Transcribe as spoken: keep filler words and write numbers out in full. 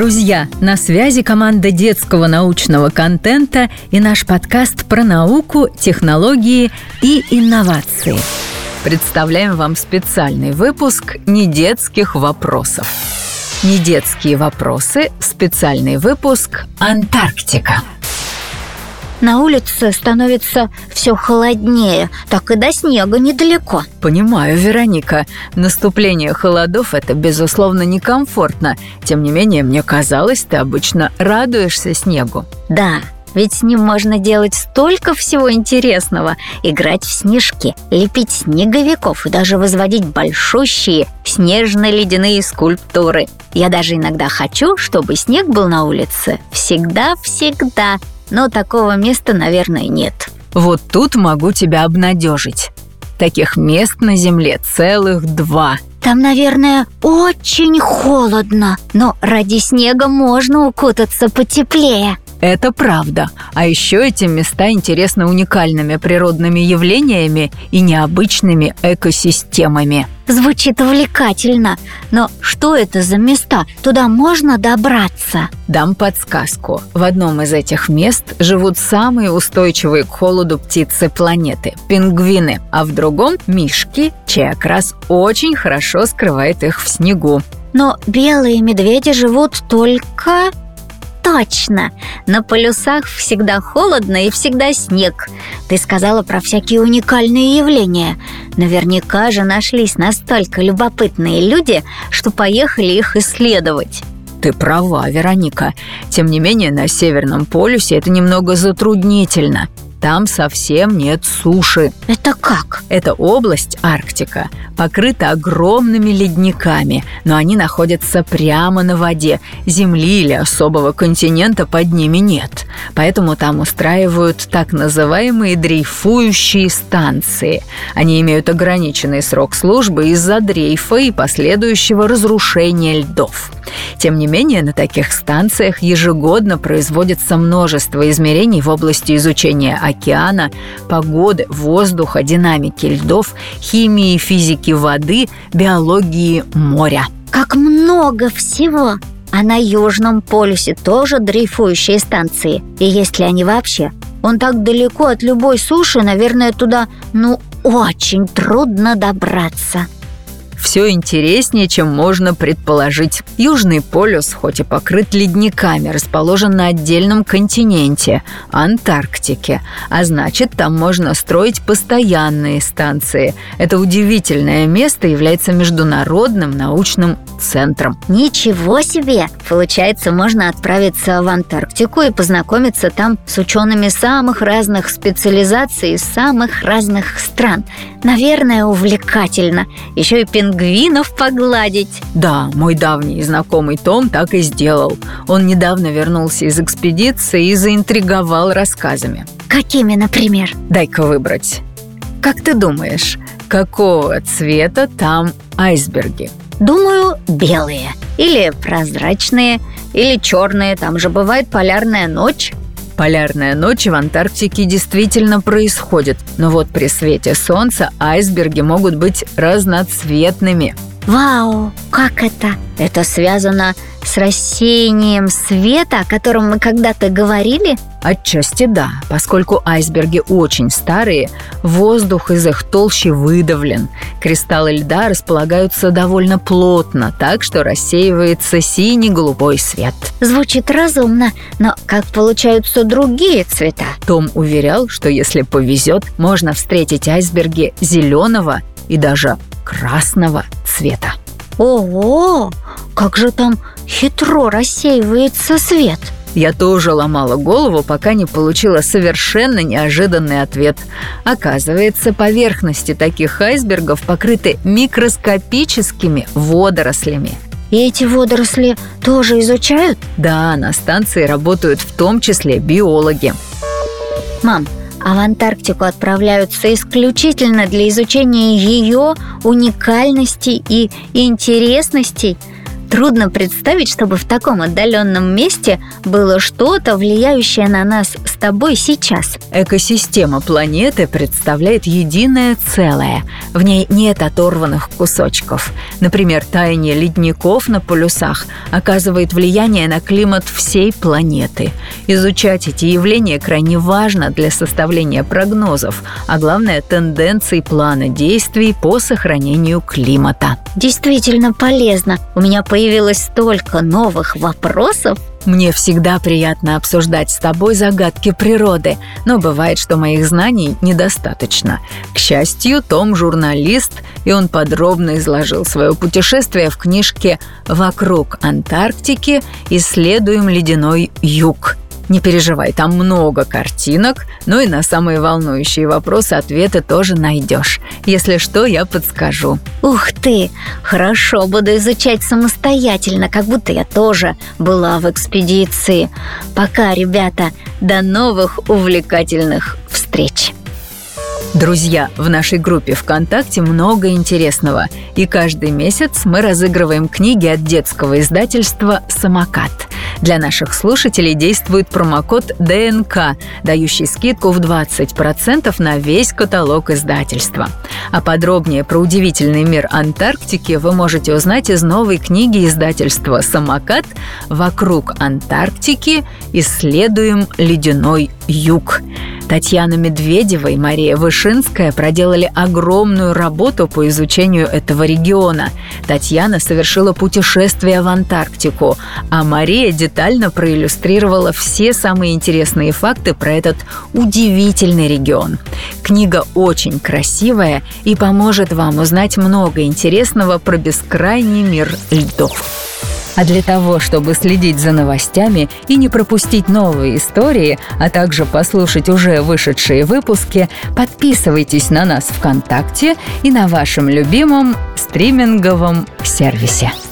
Друзья, на связи команда детского научного контента и наш подкаст про науку, технологии и инновации. Представляем вам специальный выпуск недетских вопросов. Недетские вопросы, специальный выпуск «Антарктика». На улице становится все холоднее, так и до снега недалеко. Понимаю, Вероника, наступление холодов – это, безусловно, некомфортно. Тем не менее, мне казалось, ты обычно радуешься снегу. Да, ведь с ним можно делать столько всего интересного. Играть в снежки, лепить снеговиков и даже возводить большущие снежно-ледяные скульптуры. Я даже иногда хочу, чтобы снег был на улице всегда-всегда. Но такого места, наверное, нет. Вот тут могу тебя обнадежить. Таких мест на Земле целых два. Там, наверное, очень холодно, но ради снега можно укутаться потеплее. Это правда. А еще эти места интересны уникальными природными явлениями и необычными экосистемами. Звучит увлекательно. Но что это за места? Туда можно добраться? Дам подсказку. В одном из этих мест живут самые устойчивые к холоду птицы планеты – пингвины, а в другом – мишки, чей окрас очень хорошо скрывает их в снегу. Но белые медведи живут только... Точно! На полюсах всегда холодно и всегда снег. Ты сказала про всякие уникальные явления. Наверняка же нашлись настолько любопытные люди, что поехали их исследовать. Ты права, Вероника. Тем не менее, на Северном полюсе это немного затруднительно. Там совсем нет суши. Это как? Эта область, Арктика, покрыта огромными ледниками, но они находятся прямо на воде. Земли или особого континента под ними нет. Поэтому там устраивают так называемые дрейфующие станции. Они имеют ограниченный срок службы из-за дрейфа и последующего разрушения льдов. Тем не менее, на таких станциях ежегодно производится множество измерений в области изучения океана, погоды, воздуха, динамики льдов, химии и физики воды, биологии моря. Как много всего! А на Южном полюсе тоже дрейфующие станции? И есть ли они вообще? Он так далеко от любой суши, наверное, туда, ну, очень трудно добраться. Все интереснее, чем можно предположить. Южный полюс, хоть и покрыт ледниками, расположен на отдельном континенте – Антарктике. А значит, там можно строить постоянные станции. Это удивительное место является международным научным центром. Ничего себе! Получается, можно отправиться в Антарктику и познакомиться там с учеными самых разных специализаций из самых разных стран. Наверное, увлекательно. Еще и пингвинов погладить. Да, мой давний знакомый Том так и сделал. Он недавно вернулся из экспедиции и заинтриговал рассказами. Какими, например? Дай-ка выбрать. Как ты думаешь, какого цвета там айсберги? Думаю, белые. Или прозрачные, или черные. Там же бывает полярная ночь. Полярная ночь в Антарктике действительно происходит, но вот при свете солнца айсберги могут быть разноцветными. Вау! Как это? Это связано с рассеянием света, о котором мы когда-то говорили? Отчасти да, поскольку айсберги очень старые, воздух из их толщи выдавлен. Кристаллы льда располагаются довольно плотно, так что рассеивается синий-голубой свет. Звучит разумно, но как получаются другие цвета? Том уверял, что если повезет, можно встретить айсберги зеленого и даже красного цвета. Ого! Как же там хитро рассеивается свет! Я тоже ломала голову, пока не получила совершенно неожиданный ответ. Оказывается, поверхности таких айсбергов покрыты микроскопическими водорослями. И эти водоросли тоже изучают? Да, на станции работают в том числе биологи. Мам, а в Антарктику отправляются исключительно для изучения ее уникальностей и интересностей? Трудно представить, чтобы в таком отдаленном месте было что-то, влияющее на нас с тобой сейчас. Экосистема планеты представляет единое целое. В ней нет оторванных кусочков. Например, таяние ледников на полюсах оказывает влияние на климат всей планеты. Изучать эти явления крайне важно для составления прогнозов, а главное – тенденций плана действий по сохранению климата. Действительно полезно. У меня появилось столько новых вопросов. Мне всегда приятно обсуждать с тобой загадки природы, но бывает, что моих знаний недостаточно. К счастью, Том журналист, и он подробно изложил свое путешествие в книжке «Вокруг Антарктики. Исследуем ледяной юг». Не переживай, там много картинок, но и на самые волнующие вопросы ответы тоже найдешь. Если что, я подскажу. Ух ты! Хорошо, буду изучать самостоятельно, как будто я тоже была в экспедиции. Пока, ребята, до новых увлекательных встреч! Друзья, в нашей группе ВКонтакте много интересного, и каждый месяц мы разыгрываем книги от детского издательства «Самокат». Для наших слушателей действует промокод ДНК, дающий скидку в двадцать процентов на весь каталог издательства. А подробнее про удивительный мир Антарктики вы можете узнать из новой книги издательства «Самокат» «Вокруг Антарктики. Исследуем ледяной юг». Татьяна Медведева и Мария Вышинская проделали огромную работу по изучению этого региона. Татьяна совершила путешествие в Антарктику, а Мария детально проиллюстрировала все самые интересные факты про этот удивительный регион. Книга очень красивая и поможет вам узнать много интересного про бескрайний мир льдов. А для того, чтобы следить за новостями и не пропустить новые истории, а также послушать уже вышедшие выпуски, подписывайтесь на нас ВКонтакте и на вашем любимом стриминговом сервисе.